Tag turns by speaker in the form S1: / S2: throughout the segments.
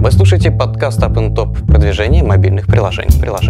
S1: Вы слушаете подкаст Up & Top продвижение мобильных приложений.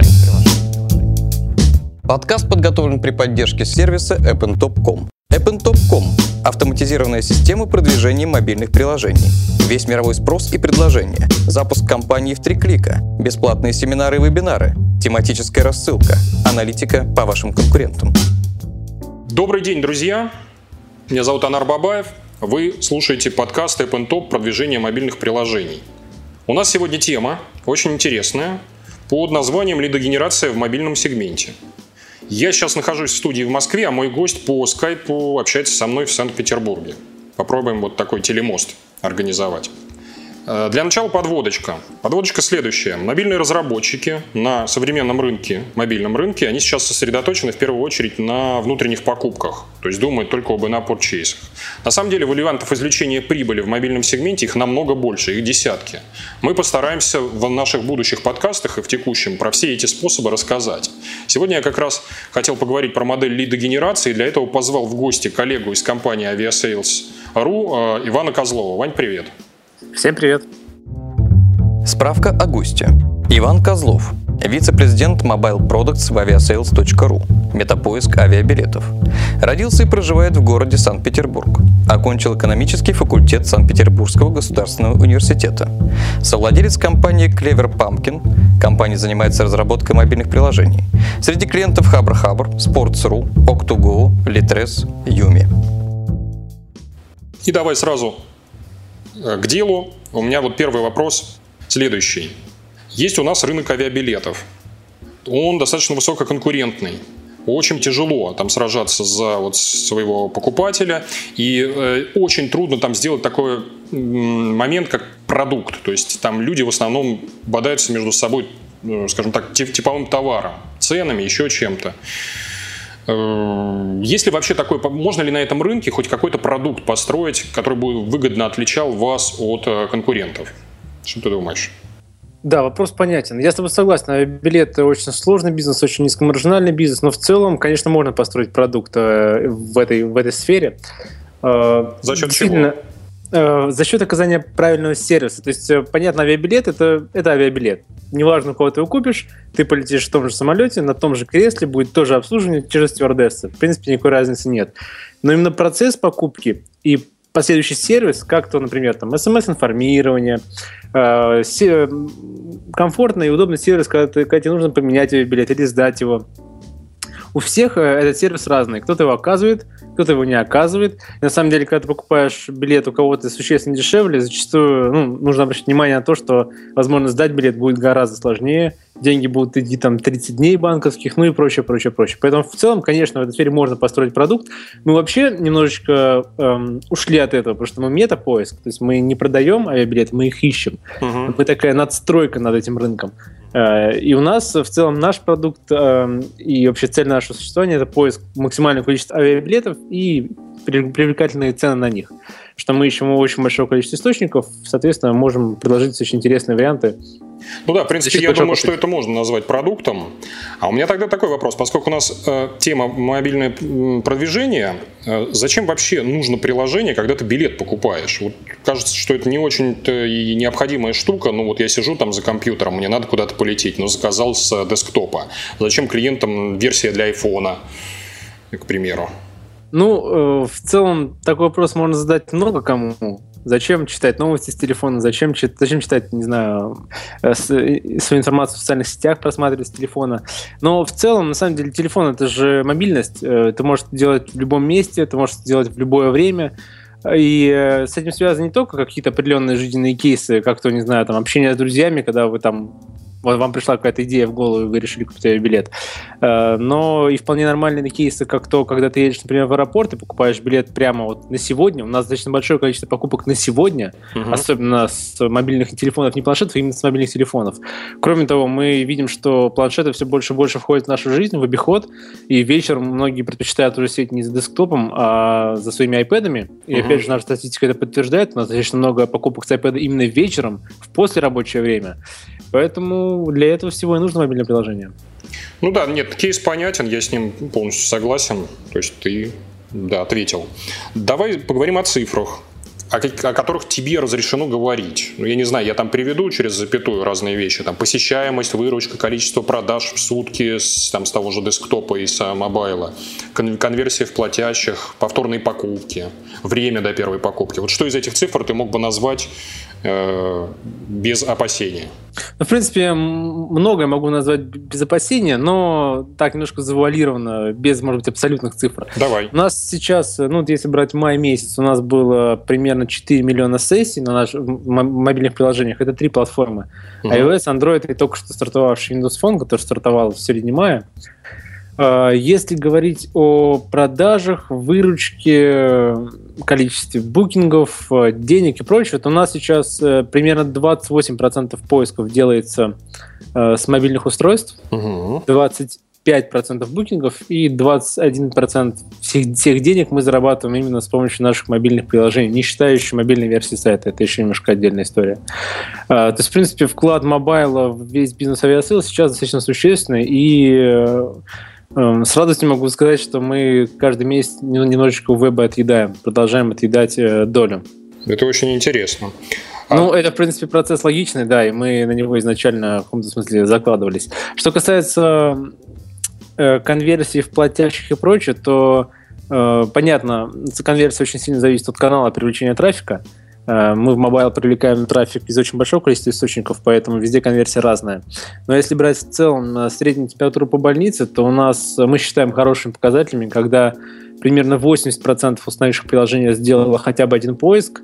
S1: Подкаст подготовлен при поддержке сервиса appntop.com. appntop.com – автоматизированная система продвижения мобильных приложений. Весь мировой спрос и предложения. Запуск кампании в 3 клика. Бесплатные семинары и вебинары. Тематическая рассылка. Аналитика по вашим конкурентам.
S2: Добрый день, друзья. Меня зовут Анар Бабаев. Вы слушаете подкаст Up & Top продвижение мобильных приложений. У нас сегодня тема очень интересная под названием «Лидогенерация в мобильном сегменте». Я сейчас нахожусь в студии в Москве, а мой гость по скайпу общается со мной в Санкт-Петербурге. Попробуем вот такой телемост организовать. Для начала подводочка. Подводочка следующая. Мобильные разработчики на современном рынке, мобильном рынке, они сейчас сосредоточены в первую очередь на внутренних покупках. То есть думают только об in-app purchase. На самом деле вариантов извлечения прибыли в мобильном сегменте их намного больше, их десятки. Мы постараемся в наших будущих подкастах и в текущем про все эти способы рассказать. Сегодня я как раз хотел поговорить про модель лидогенерации, и для этого позвал в гости коллегу из компании Aviasales.ru Ивана Козлова. Вань, привет.
S3: Всем привет.
S1: Справка о госте. Иван Козлов, вице-президент Mobile Products в Aviasales.ru, метапоиск авиабилетов. Родился и проживает в городе Санкт-Петербург. Окончил экономический факультет Санкт-Петербургского государственного университета. Совладелец компании Clever Pumpkin. Компания занимается разработкой мобильных приложений. Среди клиентов Хабр, Sports.ru, Oc2Go, Litres, Yumi.
S2: И давай сразу к делу. У меня вот первый вопрос следующий. Есть у нас рынок авиабилетов. Он достаточно высококонкурентный. Очень тяжело там сражаться за вот своего покупателя. И очень трудно там сделать такой момент, как продукт. То есть там люди в основном бодаются между собой, скажем так, типовым товаром, ценами, еще чем-то. Есть ли вообще такой, можно ли на этом рынке хоть какой-то продукт построить, который бы выгодно отличал вас от конкурентов? Что ты думаешь?
S3: Да, вопрос понятен. Я с тобой согласен. Авиабилеты очень сложный бизнес, очень низкомаржинальный бизнес, но в целом, конечно, можно построить продукт в этой сфере.
S2: За счет чего?
S3: За счет оказания правильного сервиса. То есть, понятно, авиабилет это авиабилет. Неважно, у кого ты его купишь, ты полетишь в том же самолете, на том же кресле, будет тоже обслуживание, те же стюардессы. В принципе, никакой разницы нет. Но именно процесс покупки и последующий сервис, как то, например, там, смс-информирование, комфортный и удобный сервис, когда тебе нужно поменять авиабилет или сдать его. У всех этот сервис разный. Кто-то его оказывает, кто-то его не оказывает. И на самом деле, когда ты покупаешь билет у кого-то существенно дешевле, зачастую нужно обращать внимание на то, что, возможно, сдать билет будет гораздо сложнее, деньги будут идти там 30 дней банковских, и прочее. Поэтому в целом, конечно, в этой сфере можно построить продукт. Мы вообще немножечко ушли от этого, потому что мы метапоиск, то есть мы не продаем авиабилеты, мы их ищем. Мы такая надстройка над этим рынком. И у нас в целом наш продукт и вообще цель нашего существования — это поиск максимального количества авиабилетов и привлекательные цены на них. Что мы ищем очень большое количество источников, соответственно, можем предложить очень интересные варианты.
S2: Ну да, в принципе, я думаю, что это можно назвать продуктом. А у меня тогда такой вопрос. Поскольку у нас тема мобильное продвижение, зачем вообще нужно приложение, когда ты билет покупаешь? Вот кажется, что это не очень-то и необходимая штука. Ну вот я сижу там за компьютером, мне надо куда-то полететь, но заказал с десктопа. Зачем клиентам версия для айфона, к примеру?
S3: В целом, такой вопрос можно задать много кому. Зачем читать новости с телефона? Зачем читать, не знаю, свою информацию в социальных сетях, просматривать с телефона? Но в целом, на самом деле, телефон — это же мобильность. Ты можешь делать в любом месте, ты можешь делать в любое время. И с этим связаны не только какие-то определенные жизненные кейсы, как то, не знаю, там, общение с друзьями, когда вы там вам пришла какая-то идея в голову, и вы решили купить авиабилет. Но и вполне нормальные кейсы, как то, когда ты едешь, например, в аэропорт и покупаешь билет прямо вот на сегодня. У нас достаточно большое количество покупок на сегодня, особенно с мобильных телефонов, не планшетов, а именно с мобильных телефонов. Кроме того, мы видим, что планшеты все больше и больше входят в нашу жизнь, в обиход, и вечером многие предпочитают уже сидеть не за десктопом, а за своими iPad'ами. И опять же, наша статистика это подтверждает. У нас достаточно много покупок с iPad именно вечером, в послерабочее время. Поэтому для этого всего и нужно мобильное приложение.
S2: Ну да, нет, кейс понятен, я с ним полностью согласен. То есть ты, да, ответил. Давай поговорим о цифрах. о которых тебе разрешено говорить. Ну, я не знаю, я там приведу через запятую разные вещи. Там посещаемость, выручка, количество продаж в сутки с того же десктопа и с мобайла, конверсия в платящих, повторные покупки, время до первой покупки. Вот что из этих цифр ты мог бы назвать без опасения?
S3: В принципе, многое могу назвать без опасения, но так немножко завуалировано, без, может быть, абсолютных цифр.
S2: Давай.
S3: У нас сейчас, если брать май месяц, у нас было примерно 4 миллиона сессий на наших мобильных приложениях. Это 3 платформы. iOS, Android и только что стартовавший Windows Phone, который стартовал в середине мая. Если говорить о продажах, выручке, количестве букингов, денег и прочего, то у нас сейчас примерно 28% поисков делается с мобильных устройств, 25% букингов и 21% всех денег мы зарабатываем именно с помощью наших мобильных приложений, не считая еще мобильной версии сайта. Это еще немножко отдельная история. То есть, в принципе, вклад мобайла в весь бизнес авиасейл сейчас достаточно существенный, и с радостью могу сказать, что мы каждый месяц немножечко у веба отъедаем, продолжаем отъедать долю.
S2: Это очень интересно.
S3: Это, в принципе, процесс логичный, да, и мы на него изначально в каком-то смысле закладывались. Что касается конверсии в платящих и прочее, то, понятно, конверсия очень сильно зависит от канала привлечения трафика. Мы в мобайл привлекаем трафик из очень большого количества источников, поэтому везде конверсия разная. Но если брать в целом среднюю температуру по больнице, то мы считаем хорошими показателями, когда примерно 80% установивших приложения сделало хотя бы один поиск,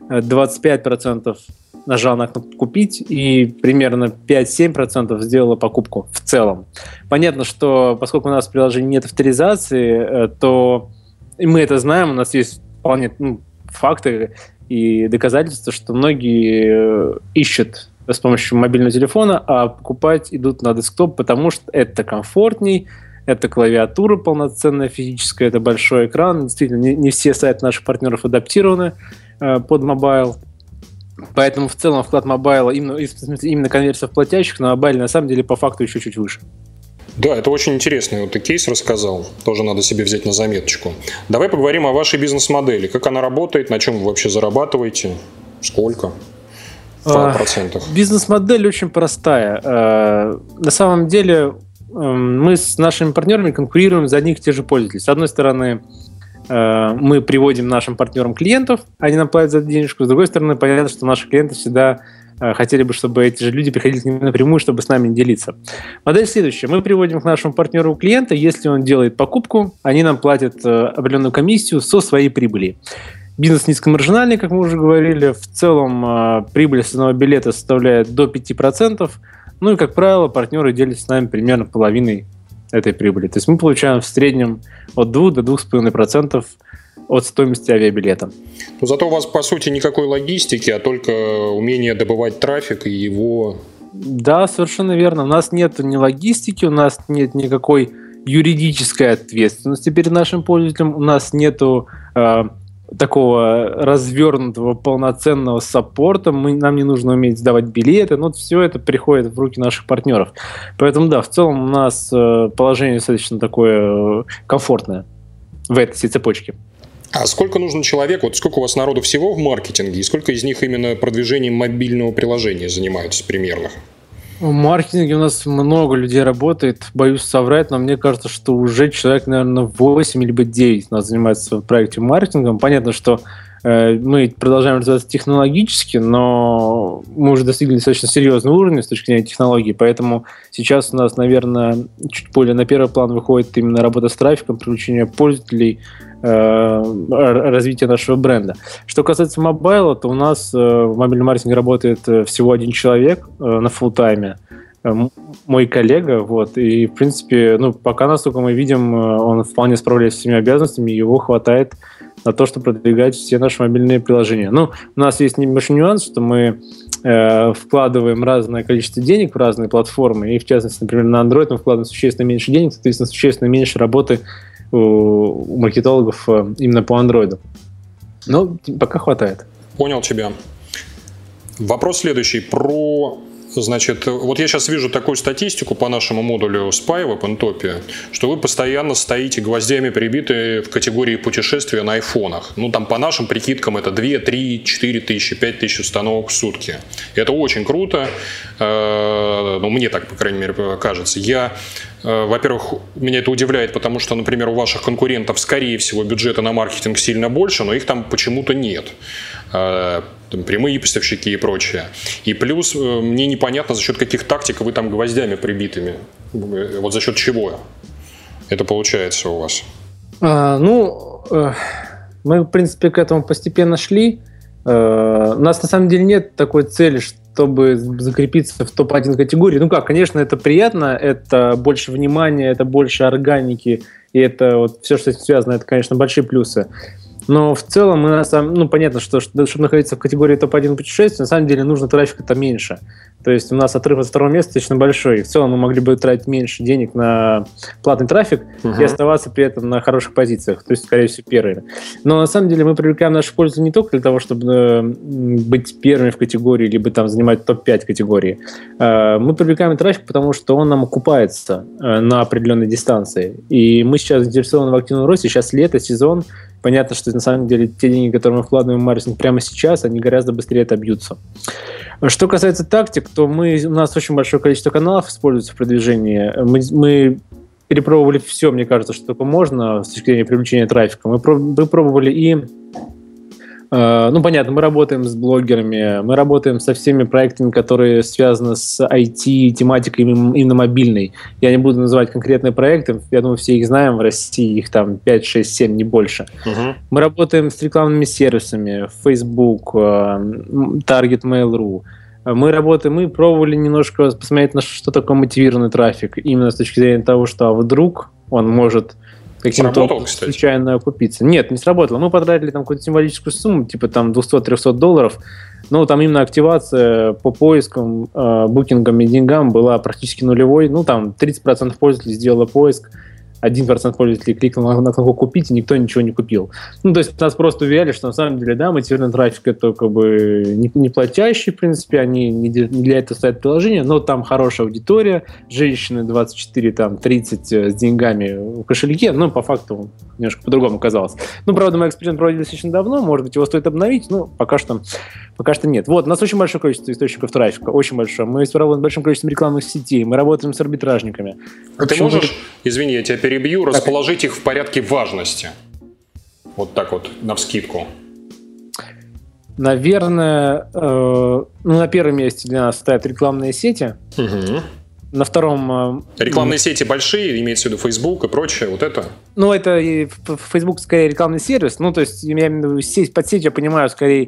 S3: 25% нажал на кнопку «Купить», и примерно 5-7% сделало покупку в целом. Понятно, что поскольку у нас в приложении нет авторизации, то и мы это знаем, у нас есть вполне факты и доказательства, что многие ищут с помощью мобильного телефона, а покупать идут на десктоп, потому что это комфортней, это клавиатура полноценная физическая, это большой экран. Действительно, не все сайты наших партнеров адаптированы под мобайл. Поэтому в целом вклад мобайла, именно конверсия в платящих на мобайле, на самом деле по факту еще чуть выше.
S2: Да, это очень интересный вот ты кейс рассказал. Тоже надо себе взять на заметочку. Давай поговорим о вашей бизнес-модели. Как она работает, на чем вы вообще зарабатываете, сколько? В процентах.
S3: Бизнес-модель очень простая. На самом деле мы с нашими партнерами конкурируем за одних и тех же пользователей. С одной стороны, мы приводим нашим партнерам клиентов, они нам платят за денежку. С другой стороны, понятно, что наши клиенты всегда хотели бы, чтобы эти же люди приходили к ним напрямую, чтобы с нами делиться. Модель следующая. Мы приводим к нашему партнеру клиента, если он делает покупку, они нам платят определенную комиссию со своей прибыли. Бизнес низкомаржинальный, как мы уже говорили. В целом прибыль с одного билета составляет до 5%. Ну и, как правило, партнеры делятся с нами примерно половиной этой прибыли. То есть мы получаем в среднем от 2 до 2,5% от стоимости авиабилета.
S2: Но зато у вас, по сути, никакой логистики, а только умение добывать трафик и его... Да,
S3: совершенно верно. У нас нет ни логистики, у нас нет никакой юридической ответственности перед нашим пользователем, у нас нету такого развернутого полноценного саппорта, нам не нужно уметь сдавать билеты, но все это приходит в руки наших партнеров. Поэтому да, в целом у нас положение достаточно такое комфортное в этой всей цепочке.
S2: А сколько нужно человек, вот сколько у вас народу всего в маркетинге, и сколько из них именно продвижением мобильного приложения занимаются примерно?
S3: В маркетинге у нас много людей работает, боюсь соврать, но мне кажется, что уже человек, наверное, 8 либо 9 у нас занимается в проекте маркетингом. Понятно, что мы продолжаем развиваться технологически, но мы уже достигли достаточно серьезного уровня с точки зрения технологий, поэтому сейчас у нас, наверное, чуть более на первый план выходит именно работа с трафиком, привлечение пользователей, развитие нашего бренда. Что касается мобайла, то у нас в мобильном маркетинге работает всего один человек на фулл-тайме, мой коллега, вот, и, в принципе, пока, насколько мы видим, он вполне справляется с всеми обязанностями, его хватает на то, чтобы продвигать все наши мобильные приложения. У нас есть небольшой нюанс, что мы вкладываем разное количество денег в разные платформы, и, в частности, например, на Android мы вкладываем существенно меньше денег, соответственно, существенно меньше работы у маркетологов именно по Android. Но пока хватает.
S2: Понял тебя. Вопрос следующий. Про Значит, вот я сейчас вижу такую статистику по нашему модулю SPY в OpenTop, что вы постоянно стоите гвоздями прибиты в категории путешествия на айфонах. Ну, там по нашим прикидкам это 2, 3, 4 тысячи, 5 тысяч установок в сутки. Это очень круто. Ну, мне так, по крайней мере, кажется. Во-первых, меня это удивляет, потому что, например, у ваших конкурентов, скорее всего, бюджета на маркетинг сильно больше, но их там почему-то нет. Там прямые поставщики и прочее. И плюс мне непонятно, за счет каких тактик вы там гвоздями прибитыми. Вот за счет чего это получается у вас?
S3: Мы, в принципе, к этому постепенно шли. У нас, на самом деле, нет такой цели, чтобы закрепиться в топ-1 категории. Ну как, конечно, это приятно, это больше внимания, это больше органики, и это вот все, что с этим связано, это, конечно, большие плюсы. Но в целом понятно, что чтобы находиться в категории топ-1 путешествий, на самом деле нужно трафика-то меньше. То есть у нас отрыв от второго места достаточно большой. И в целом мы могли бы тратить меньше денег на платный трафик и оставаться при этом на хороших позициях. То есть, скорее всего, первыми. Но на самом деле мы привлекаем нашу пользу не только для того, чтобы быть первыми в категории, либо там занимать топ-5 категории. Мы привлекаем трафик, потому что он нам окупается на определенной дистанции. И мы сейчас заинтересованы в активном росте. Сейчас лето, сезон. Понятно, что на самом деле те деньги, которые мы вкладываем в маркетинг прямо сейчас, они гораздо быстрее отобьются. Что касается тактик, то у нас очень большое количество каналов используется в продвижении. Мы перепробовали все, мне кажется, что только можно с точки зрения привлечения трафика. Мы пробовали понятно, мы работаем с блогерами, мы работаем со всеми проектами, которые связаны с IT-тематикой именно мобильной. Я не буду называть конкретные проекты, я думаю, все их знаем в России, их там 5, 6, 7, не больше. Мы работаем с рекламными сервисами, Facebook, Target, Mail.ru. Мы пробовали немножко посмотреть, на что такое мотивированный трафик, именно с точки зрения того, что вдруг он может каким-то случайно окупиться. Нет, не сработало. Мы потратили там какую-то символическую сумму, типа там $200-300, но там именно активация по поискам, букингам и деньгам была практически нулевой. Ну, там 30% пользователей сделало поиск, 1% пользователей кликнул на кнопку «Купить», и никто ничего не купил. Ну, то есть нас просто уверяли, что на самом деле, да, мотивированный трафик — это как бы не платящий, в принципе, они не для этого ставят приложение, но там хорошая аудитория, женщины 24-30 с деньгами в кошельке, но по факту немножко по-другому казалось. Ну, правда, мы эксперимент проводили достаточно давно, может быть, его стоит обновить, но пока что нет. Вот, у нас очень большое количество источников трафика, очень большое. Мы работаем с большим количеством рекламных сетей, мы работаем с арбитражниками.
S2: А ты можешь, извини, я тебя перебью, расположить их в порядке важности? Вот так вот, навскидку.
S3: Наверное, на первом месте для нас стоят рекламные сети. На втором...
S2: Рекламные сети большие, имеется в виду Facebook и прочее, вот это?
S3: Ну, это Facebook скорее рекламный сервис. Ну, то есть, я имею в виду под сеть, я понимаю, скорее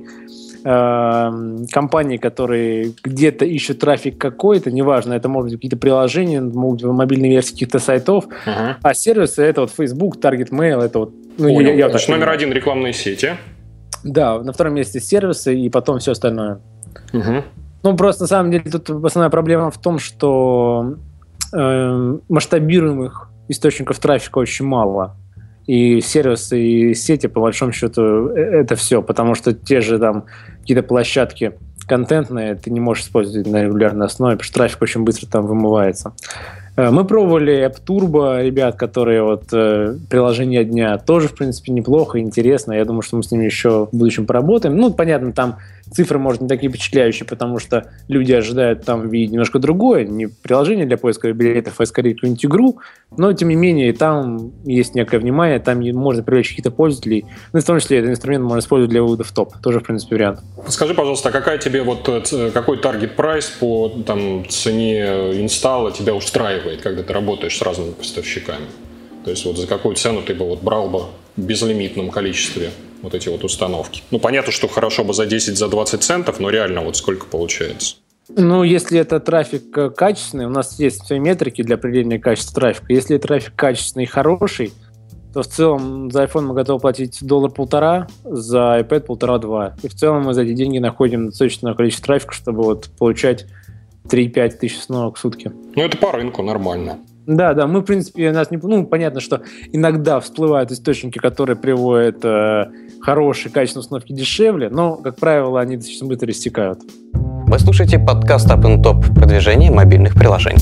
S3: компании, которые где-то ищут трафик какой-то, неважно, это могут быть какие-то приложения, могут быть мобильные версии каких-то сайтов, а сервисы — это вот Facebook, Target Mail, это вот...
S2: Значит, номер один — рекламные сети. Да,
S3: на втором месте сервисы, и потом все остальное. Ну, просто на самом деле тут основная проблема в том, что масштабируемых источников трафика очень мало. И сервисы, и сети, по большому счету, это все. Потому что те же там какие-то площадки контентные ты не можешь использовать на регулярной основе, потому что трафик очень быстро там вымывается. Мы пробовали AppTurbo, ребят, которые вот приложение дня, тоже, в принципе, неплохо, интересно. Я думаю, что мы с ними еще в будущем поработаем. Ну, понятно, там цифры, может, не такие впечатляющие, потому что люди ожидают там видеть немножко другое, не приложение для поиска билетов, а скорее какую-нибудь игру, но, тем не менее, там есть некое внимание, там можно привлечь каких-то пользователей, ну, в том числе этот инструмент можно использовать для вывода в топ, тоже, в принципе, вариант.
S2: Скажи, пожалуйста, какой таргет-прайс по цене инсталла тебя устраивает, когда ты работаешь с разными поставщиками? То есть вот за какую цену ты бы брал бы в безлимитном количестве вот эти вот установки? Ну, понятно, что хорошо бы за 10, за 20 центов, но реально вот сколько получается?
S3: Ну, если это трафик качественный, у нас есть свои метрики для определения качества трафика. Если трафик качественный и хороший, то в целом за iPhone мы готовы платить $1.50, за iPad $1.5-2. И в целом мы за эти деньги находим достаточное количество трафика, чтобы вот получать 3-5 тысяч установок в сутки.
S2: Ну, это по рынку нормально.
S3: Да, мы, в принципе, понятно, что иногда всплывают источники, которые приводят хорошие качественные установки дешевле, но, как правило, они достаточно быстро истекают.
S1: Вы слушаете подкаст Up and Top продвижение мобильных приложений.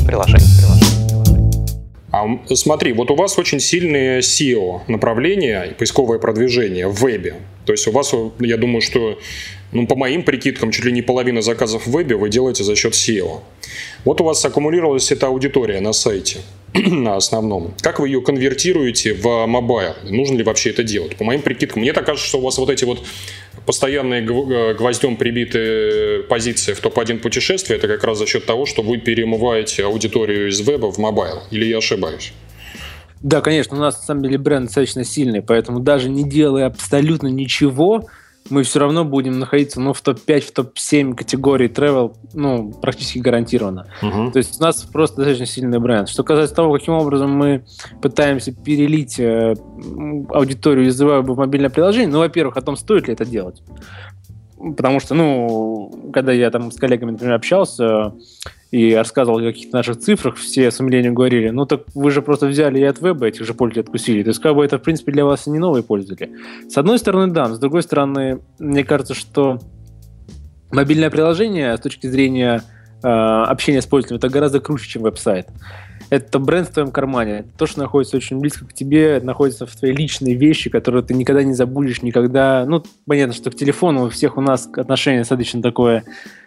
S2: Смотри, вот у вас очень сильное SEO направление и поисковое продвижение в вебе. То есть у вас, я думаю, что, по моим прикидкам, чуть ли не половина заказов в вебе вы делаете за счет SEO. Вот у вас аккумулировалась эта аудитория на сайте, на основном. Как вы ее конвертируете в мобайл? Нужно ли вообще это делать? По моим прикидкам, мне так кажется, что у вас вот эти вот постоянные гвоздем прибитые позиции в топ-1 путешествия, это как раз за счет того, что вы перемываете аудиторию из веба в мобайл. Или я ошибаюсь?
S3: Да, конечно, у нас на самом деле бренд достаточно сильный, поэтому даже не делая абсолютно ничего, мы все равно будем находиться в топ-5, в топ-7 категории travel, практически гарантированно. То есть у нас просто достаточно сильный бренд. Что касается того, каким образом мы пытаемся перелить аудиторию из веба в мобильное приложение, во-первых, о том, стоит ли это делать. Потому что, когда я там с коллегами, например, общался и рассказывал о каких-то наших цифрах, все с умилением говорили, так вы же просто взяли и от веба этих же пользователей откусили. То есть, это, в принципе, для вас и не новые пользователи. С одной стороны, да. С другой стороны, мне кажется, что мобильное приложение с точки зрения общения с пользователем это гораздо круче, чем веб-сайт. Это бренд в твоем кармане. Это то, что находится очень близко к тебе, находится в твоей личной вещи, которые ты никогда не забудешь, никогда... понятно, что к телефону у всех у нас отношение достаточно такое,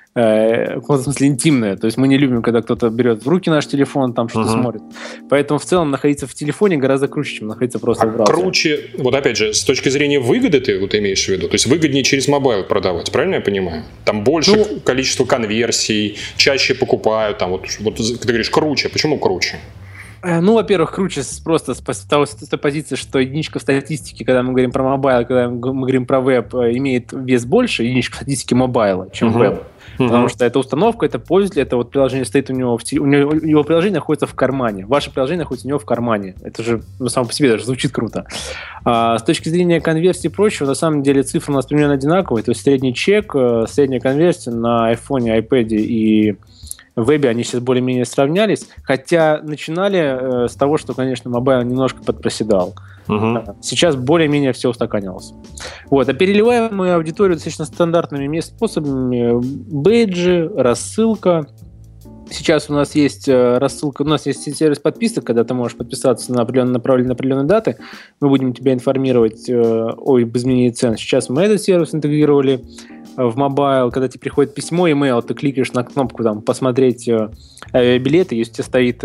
S3: в каком-то смысле интимное. То есть мы не любим, когда кто-то берет в руки наш телефон, там что-то смотрит. Поэтому в целом находиться в телефоне гораздо круче, чем находиться просто в браузере.
S2: Круче, опять же, с точки зрения выгоды ты имеешь в виду? То есть выгоднее через мобайл продавать, правильно я понимаю? Там больше количество конверсий, чаще покупают, ты говоришь круче. Почему круче?
S3: Во-первых, круче просто с той позиции, что единичка в статистике, когда мы говорим про мобайл, когда мы говорим про веб, имеет вес больше, единичка в статистике мобайла, чем веб. Потому что это установка, это пользователь, это приложение стоит у него, его приложение находится в кармане. Ваше приложение находится у него в кармане. Это же само по себе даже звучит круто. С точки зрения конверсии и прочего, на самом деле цифры у нас примерно одинаковые. То есть средний чек, средняя конверсия на iPhone, iPad и в вебе они сейчас более-менее сравнялись, хотя начинали с того, что, конечно, мобайл немножко подпроседал. Сейчас более-менее все устаканилось. А переливаем мы аудиторию достаточно стандартными способами. Бейджи, рассылка. Сейчас у нас есть рассылка, у нас есть сервис подписок, когда ты можешь подписаться на определенное направление, на определенные даты. Мы будем тебя информировать об изменении цен. Сейчас мы этот сервис интегрировали в мобайл, когда тебе приходит письмо, имейл, ты кликаешь на кнопку посмотреть авиабилеты, если у тебя стоит...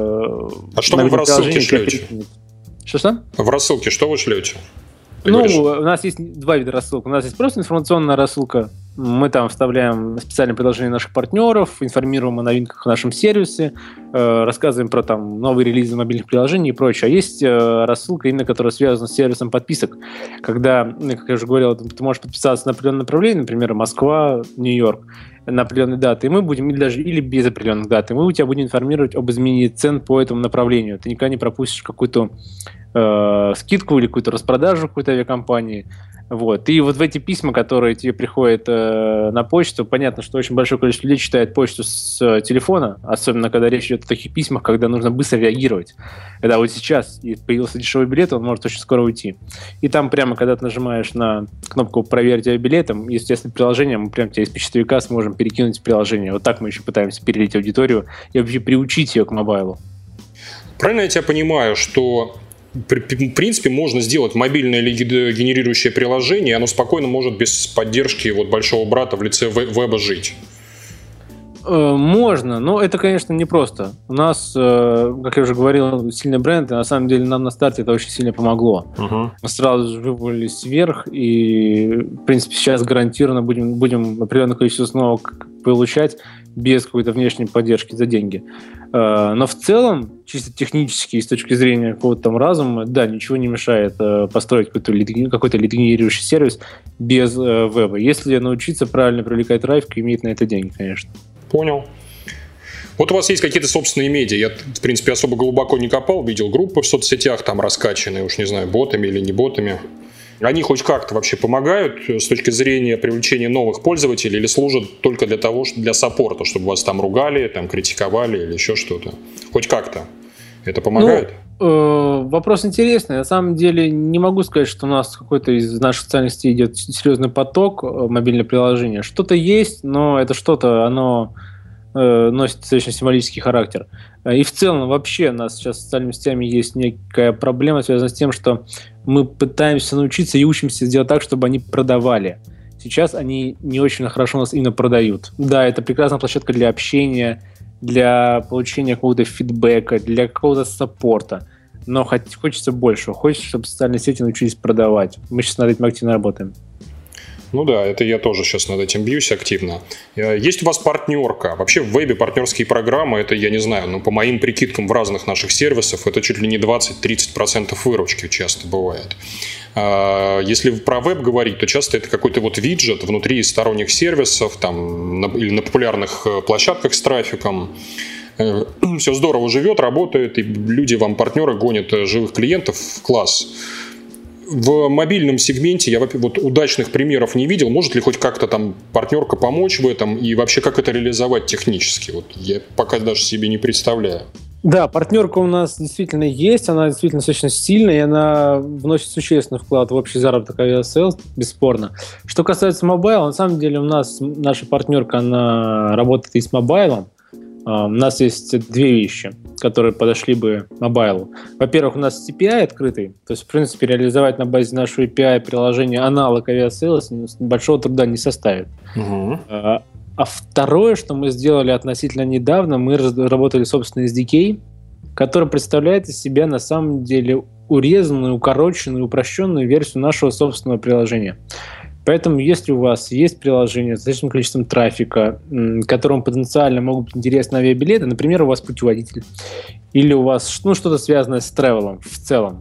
S2: А что вы в рассылке шлете?
S3: Что?
S2: В рассылке что вы шлете? У
S3: нас есть два вида рассылок. У нас есть просто информационная рассылка. Мы там вставляем специальные предложения наших партнеров, информируем о новинках в нашем сервисе, рассказываем про новые релизы мобильных приложений и прочее. А есть рассылка, именно которая связана с сервисом подписок. Когда, как я уже говорил, ты можешь подписаться на определенное направление, например, Москва, Нью-Йорк, на определенные даты, и мы будем, или без определенных дат, и мы тебя будем информировать об изменении цен по этому направлению. Ты никогда не пропустишь какую-то скидку или какую-то распродажу какой-то авиакомпании. И в эти письма, которые тебе приходят на почту, понятно, что очень большое количество людей читает почту с телефона, особенно когда речь идет о таких письмах, когда нужно быстро реагировать. Когда сейчас появился дешевый билет, он может очень скоро уйти. И там прямо, когда ты нажимаешь на кнопку «Проверить авиабилетом», естественно, приложение, мы прямо тебе из почтовика сможем перекинуть в приложение. Так мы еще пытаемся перелить аудиторию и вообще приучить ее к мобайлу.
S2: Правильно я тебя понимаю, что в принципе, можно сделать мобильное генерирующее приложение, и оно спокойно может без поддержки большого брата в лице веба жить?
S3: Можно, но это, конечно, непросто. У нас, как я уже говорил, сильный бренд, и на самом деле нам на старте это очень сильно помогло. Мы сразу же вывалились вверх, и, в принципе, сейчас гарантированно будем определенное количество установок получать без какой-то внешней поддержки за деньги. Но в целом, чисто технически, с точки зрения какого-то разума, да, ничего не мешает построить какой-то лид-генерирующий сервис без веба. Если научиться правильно привлекать трафик, иметь на это деньги, конечно.
S2: Понял. У вас есть какие-то собственные медиа. Я, в принципе, особо глубоко не копал, видел группы в соцсетях, там раскачанные, уж не знаю, ботами или не ботами. Они хоть как-то вообще помогают с точки зрения привлечения новых пользователей или служат только для саппорта, чтобы вас там ругали, там критиковали или еще что-то? Хоть как-то это помогает?
S3: Вопрос интересный. На самом деле не могу сказать, что у нас какой-то из наших социальных сетей идет серьезный поток мобильного приложения. Что-то есть, но это что-то, оно носит достаточно символический характер. И в целом вообще у нас сейчас с социальными сетями есть некая проблема, связанная с тем, что мы пытаемся научиться и учимся делать так, чтобы они продавали. Сейчас они не очень хорошо нас именно продают. Да, это прекрасная площадка для общения, для получения какого-то фидбэка, для какого-то саппорта. Но хочется больше. Хочется, чтобы социальные сети научились продавать. Мы сейчас над этим активно работаем.
S2: Ну да, это я тоже сейчас над этим бьюсь активно. Есть у вас партнерка. Вообще в вебе партнерские программы, это, я не знаю, по моим прикидкам в разных наших сервисах, это чуть ли не 20-30% выручки часто бывает. Если про веб говорить, то часто это какой-то вот виджет внутри сторонних сервисов или на популярных площадках с трафиком. Все здорово живет, работает, и люди вам, партнеры, гонят живых клиентов в класс. В мобильном сегменте я вот удачных примеров не видел. Может ли хоть как-то там партнерка помочь в этом? И вообще, как это реализовать технически? Вот я пока даже себе не представляю.
S3: Да, партнерка у нас действительно есть. Она действительно достаточно сильная, и она вносит существенный вклад в общий заработок Aviasales, бесспорно. Что касается мобайла, на самом деле у нас наша партнерка, она работает и с мобайлом. У нас есть две вещи, которые подошли бы мобайлу. Во-первых, у нас API открытый, то есть, в принципе, реализовать на базе нашего API приложение аналог Aviasales большого труда не составит. А второе, что мы сделали относительно недавно, мы разработали собственный SDK, который представляет из себя на самом деле урезанную, укороченную, упрощенную версию нашего собственного приложения. Поэтому, если у вас есть приложение с достаточным количеством трафика, которому потенциально могут быть интересны авиабилеты, например, у вас путеводитель, или у вас что-то связанное с тревелом в целом,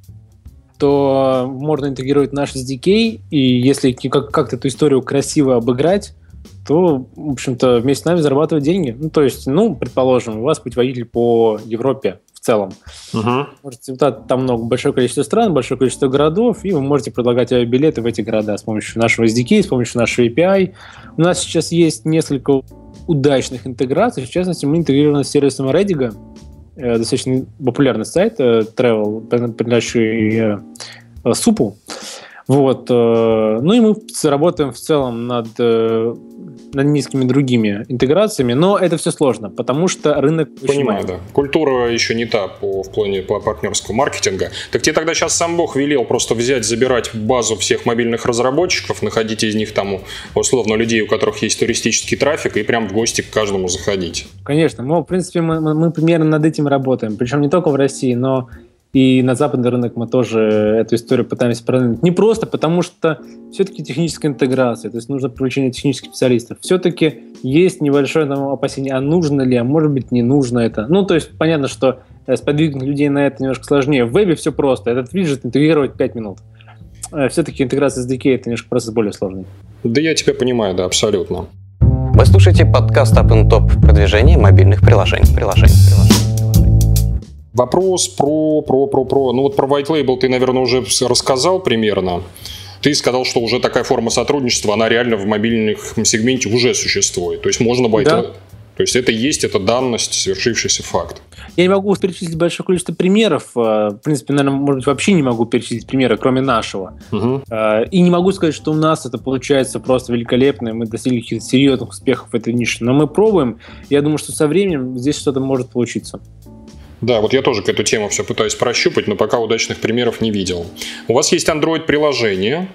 S3: то можно интегрировать наш SDK, и если как-то эту историю красиво обыграть, то, в общем-то, вместе с нами зарабатывать деньги. То есть, предположим, у вас путеводитель по Европе в целом. Можете, там большое количество стран, большое количество городов, и вы можете предлагать авиабилеты в эти города с помощью нашего SDK, с помощью нашего API. У нас сейчас есть несколько удачных интеграций. В частности, мы интегрированы с сервисом Redigo, достаточно популярный сайт, travel, принадлежащий СУПу. Вот. Ну и мы работаем в целом над несколькими другими интеграциями, но это все сложно, потому что рынок...
S2: Понимаю, да. Культура еще не та в плане партнерского маркетинга. Так тебе тогда сейчас сам Бог велел просто взять, забирать базу всех мобильных разработчиков, находить из них там, условно, людей, у которых есть туристический трафик, и прям в гости к каждому заходить.
S3: Конечно. В принципе, мы примерно над этим работаем. Причем не только в России, но и на западный рынок мы тоже эту историю пытаемся продвинуть. Не просто, потому что все-таки техническая интеграция, то есть нужно привлечение технических специалистов. Все-таки есть небольшое опасение, а нужно ли, а может быть не нужно это. То есть понятно, что сподвигнуть людей на это немножко сложнее. В вебе все просто. Этот виджет интегрировать 5 минут. Все-таки интеграция с SDK — это немножко процесс более сложный.
S2: Да я тебя понимаю, да, абсолютно.
S1: Вы слушаете подкаст Up and Top продвижение мобильных приложений.
S2: Вопрос про White Label ты, наверное, уже рассказал примерно. Ты сказал, что уже такая форма сотрудничества, она реально в мобильном сегменте уже существует. То есть можно White Label. То есть это есть, это данность, свершившийся факт.
S3: Я не могу перечислить большое количество примеров. В принципе, наверное, может быть, вообще не могу перечислить примеры, кроме нашего. И не могу сказать, что у нас это получается просто великолепно, и мы достигли каких-то серьезных успехов в этой нише. Но мы пробуем. Я думаю, что со временем здесь что-то может получиться.
S2: Да, вот я тоже к эту тему все пытаюсь прощупать, но пока удачных примеров не видел. У вас есть Android-приложение.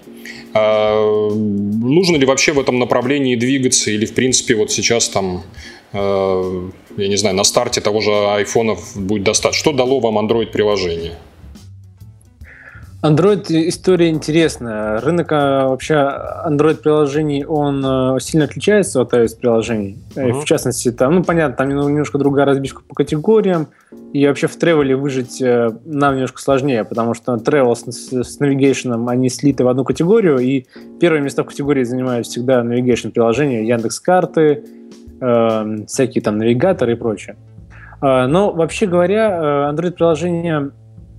S2: Нужно ли вообще в этом направлении двигаться? Или, в принципе, вот сейчас там, я не знаю, на старте того же айфонов будет достаточно? Что дало вам Android-приложение?
S3: Android история интересная. Рынок вообще Android-приложений, он сильно отличается от iOS-приложений. В частности, понятно, там немножко другая разбивка по категориям. И вообще в тревеле выжить нам немножко сложнее, потому что travel с Navigation они слиты в одну категорию, и первые места в категории занимают всегда Navigation-приложения, Яндекс.Карты, всякие там навигаторы и прочее. Но вообще говоря, Android-приложение,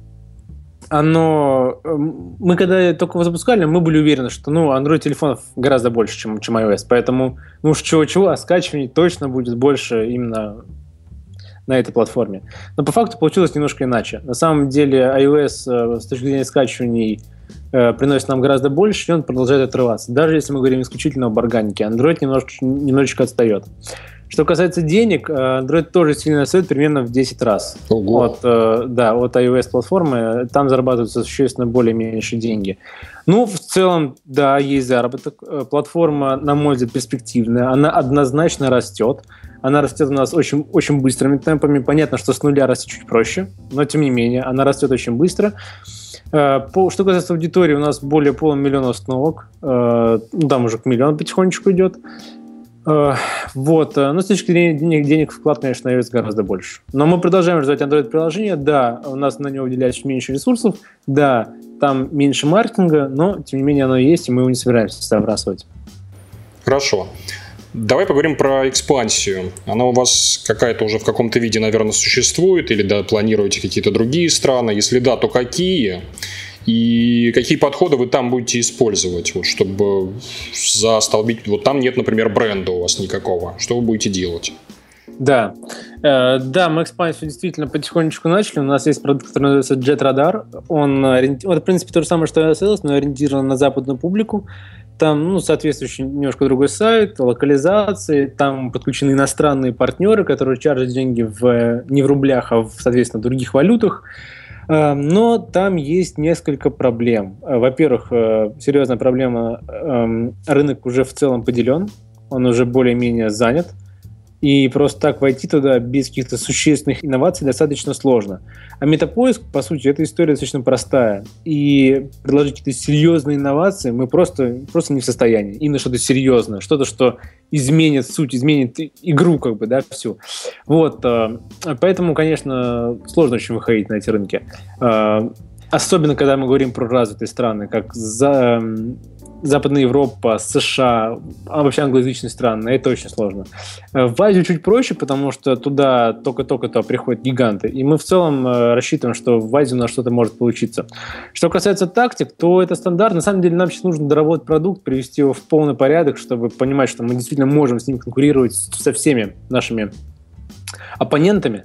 S3: мы когда только его запускали, мы были уверены, что Android-телефонов гораздо больше, чем iOS, поэтому чего-чего, а скачиваний точно будет больше именно на этой платформе. Но по факту получилось немножко иначе. На самом деле iOS с точки зрения скачиваний приносит нам гораздо больше, и он продолжает отрываться. Даже если мы говорим исключительно об органике, Android немножечко отстает. Что касается денег, Android тоже сильно отстает примерно в 10 раз от iOS-платформы. Там зарабатываются существенно более меньшие деньги. Ну, в целом, да, есть заработок. Платформа, на мой взгляд, перспективная. Она однозначно растет. Она растет у нас очень, очень быстрыми темпами. Понятно, что с нуля расти чуть проще, но тем не менее, она растет очень быстро. Что касается аудитории, у нас более 500 000 установок. Там уже к 1 миллиону потихонечку идет. Вот. Но с точки зрения денег вклад, конечно, iOS гораздо больше. Но мы продолжаем развивать Android-приложение. Да, у нас на него выделяется меньше ресурсов. Да, там меньше маркетинга, но, тем не менее, оно есть, и мы его не собираемся забрасывать.
S2: Хорошо. Давай поговорим про экспансию. Она у вас какая-то уже в каком-то виде, наверное, существует? Или да, планируете какие-то другие страны? Если да, то какие? И какие подходы вы там будете использовать, вот, чтобы застолбить? Вот там нет, например, бренда у вас никакого. Что вы будете делать?
S3: Да, мы экспансию действительно потихонечку начали. У нас есть продукт, который называется JetRadar. Он, в принципе, то же самое, что iOS, но ориентирован на западную публику. Там, соответствующий немножко другой сайт, локализации. Там подключены иностранные партнеры, которые чаржат деньги не в рублях, а соответственно, в других валютах. Но там есть несколько проблем. Во-первых, серьезная проблема. Рынок уже в целом поделен. Он уже более-менее занят. И просто так войти туда без каких-то существенных инноваций достаточно сложно. А Метапоиск, по сути, эта история достаточно простая. И предложить какие-то серьезные инновации мы просто не в состоянии. Именно что-то серьезное, что-то, что изменит суть, изменит игру, всю. Вот. Поэтому, конечно, сложно очень выходить на эти рынки. Особенно, когда мы говорим про развитые страны, как Западная Европа, США, а вообще англоязычные страны, это очень сложно. В Азию чуть проще, потому что туда только-только приходят гиганты, и мы в целом рассчитываем, что в Азии у нас что-то может получиться. Что касается тактик, то это стандарт. На самом деле нам сейчас нужно доработать продукт, привести его в полный порядок, чтобы понимать, что мы действительно можем с ним конкурировать со всеми нашими оппонентами.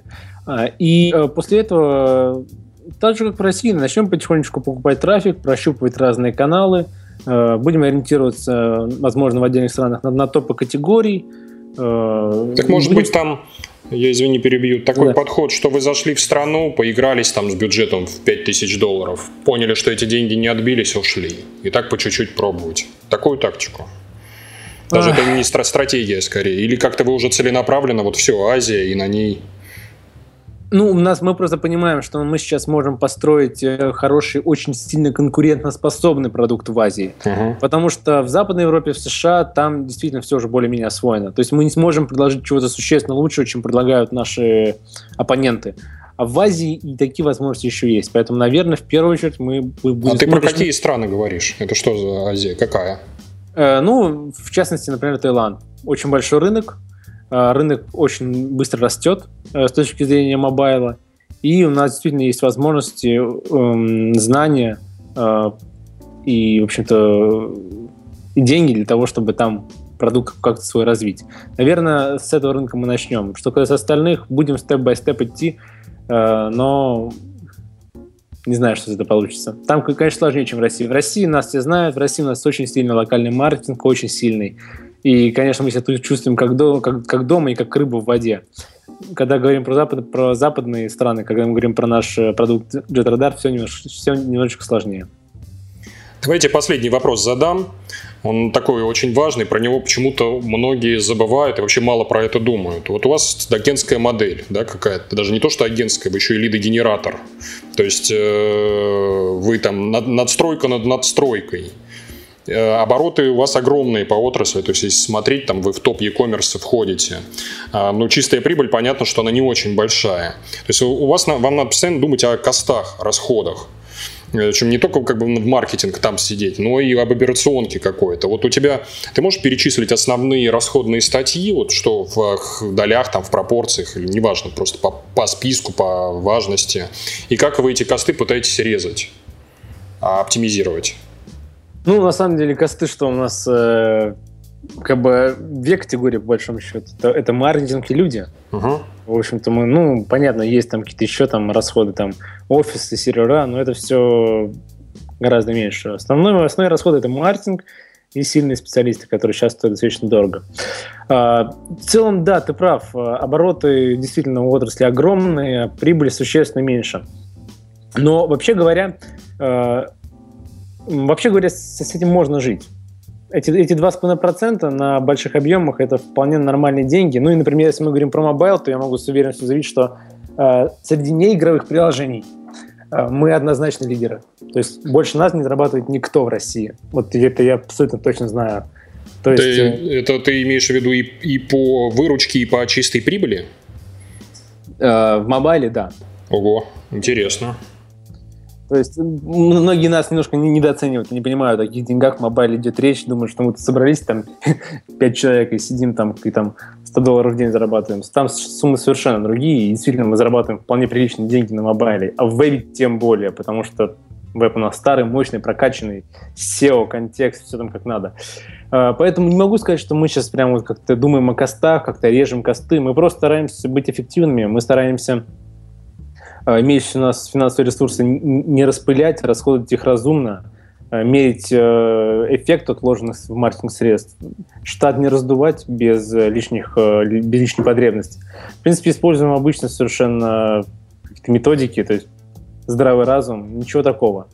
S3: И после этого, так же как в России, начнем потихонечку покупать трафик, прощупывать разные каналы, будем ориентироваться, возможно, в отдельных странах на топы категорий.
S2: Так может быть там, я извини, перебью, такой подход, что вы зашли в страну, поигрались там с бюджетом в $5000, поняли, что эти деньги не отбились, ушли. И так по чуть-чуть пробовать. Такую тактику. Даже это не стратегия скорее. Или как-то вы уже целенаправленно, вот все, Азия, и на ней...
S3: Мы просто понимаем, что мы сейчас можем построить хороший, очень сильно конкурентоспособный продукт в Азии. Потому что в Западной Европе, в США, там действительно все уже более-менее освоено. То есть мы не сможем предложить чего-то существенно лучшего, чем предлагают наши оппоненты. А в Азии и такие возможности еще есть. Поэтому, наверное, в первую очередь мы будем...
S2: А ты про какие страны говоришь? Это что за Азия? Какая?
S3: В частности, например, Таиланд. Очень большой рынок. Рынок очень быстро растет с точки зрения мобайла, и у нас действительно есть возможности, знания и, в общем-то, и деньги для того, чтобы там продукт как-то свой развить. Наверное, с этого рынка мы начнем. Что касается остальных, будем степ-бай-степ идти, но не знаю, что из этого получится. Там, конечно, сложнее, чем в России. В России нас все знают, в России у нас очень сильный локальный маркетинг, очень сильный. И, конечно, мы себя тут чувствуем как дома и как рыба в воде. Когда говорим про западные страны, когда мы говорим про наш продукт JetRadar, все немножечко сложнее.
S2: Давайте последний вопрос задам. Он такой очень важный, про него почему-то многие забывают и вообще мало про это думают. Вот у вас агентская модель, да, какая-то, даже не то, что агентская, вы еще и лидогенератор. То есть вы там надстройка над надстройкой. Обороты у вас огромные по отрасли, то есть если смотреть, там вы в топ e-commerce входите, но чистая прибыль, понятно, что она не очень большая. То есть вам надо постоянно думать о костах, расходах. Причем не только в маркетинг там сидеть, но и об операционке какой-то. Вот у тебя, ты можешь перечислить основные расходные статьи, вот что в долях, там, в пропорциях, или неважно, просто по списку, по важности, и как вы эти косты пытаетесь резать, оптимизировать?
S3: На самом деле, косты, что у нас две категории, по большому счету. Это маркетинг и люди. В общем-то, мы, понятно, есть там какие-то еще там расходы, там, офисы, сервера, но это все гораздо меньше. Основные расходы – это маркетинг и сильные специалисты, которые сейчас стоят достаточно дорого. В целом, да, ты прав, обороты действительно у отрасли огромные, прибыль существенно меньше. Но вообще говоря, с этим можно жить. Эти 2,5% на больших объемах – это вполне нормальные деньги. Ну и, например, если мы говорим про мобайл, то я могу с уверенностью заявить, что среди неигровых приложений мы однозначно лидеры. То есть больше нас не зарабатывает никто в России. Вот это я абсолютно точно знаю. То есть,
S2: это ты имеешь в виду и по выручке, и по чистой прибыли?
S3: В мобайле, да.
S2: Ого, интересно.
S3: То есть многие нас немножко недооценивают, не понимают, о каких деньгах в мобайле идет речь, думают, что мы тут собрались, там, 5 человек и сидим там, и там $100 в день зарабатываем. Там суммы совершенно другие, и действительно мы зарабатываем вполне приличные деньги на мобайле, а в вебе тем более, потому что веб у нас старый, мощный, прокачанный, SEO, контекст, все там как надо. Поэтому не могу сказать, что мы сейчас прямо вот как-то думаем о костах, как-то режем косты, мы просто стараемся быть эффективными, мы стараемся имеющие у нас финансовые ресурсы не распылять, расходовать их разумно, мерить эффект от вложенных в маркетинг средств, штат не раздувать без лишней потребности. В принципе, используем обычно совершенно какие-то методики, то есть здравый разум, ничего такого.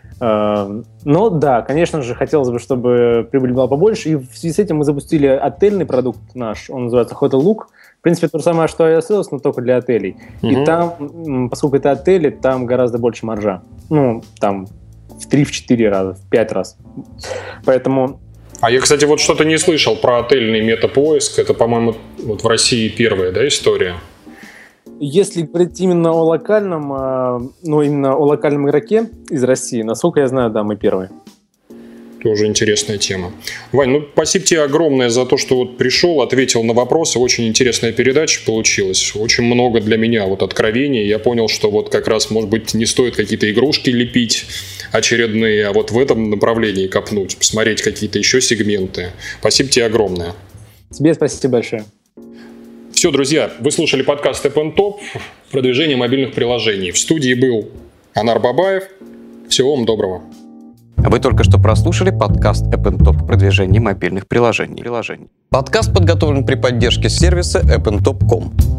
S3: Но да, конечно же, хотелось бы, чтобы прибыль была побольше, и в связи с этим мы запустили отельный продукт наш, он называется Hotel Look. В принципе, то же самое, что iOS, но только для отелей. И там, поскольку это отели, там гораздо больше маржа. Там в 3-4 раза, в 5 раз. Поэтому...
S2: А я, кстати, вот что-то не слышал про отельный метапоиск. Это, по-моему, вот в России первая, да, история?
S3: Если говорить именно о локальном, именно о локальном игроке из России, насколько я знаю, да, мы первые.
S2: Тоже интересная тема. Вань, спасибо тебе огромное за то, что вот пришел, ответил на вопросы. Очень интересная передача получилась. Очень много для меня вот откровений. Я понял, что вот как раз, может быть, не стоит какие-то игрушки лепить очередные, а вот в этом направлении копнуть, посмотреть какие-то еще сегменты. Спасибо тебе огромное.
S3: Тебе спасибо большое.
S2: Все, друзья, вы слушали подкаст App & Top «Продвижение мобильных приложений». В студии был Анар Бабаев. Всего вам доброго.
S1: Вы только что прослушали подкаст App & Top «Продвижение мобильных приложений». Подкаст подготовлен при поддержке сервиса appntop.com.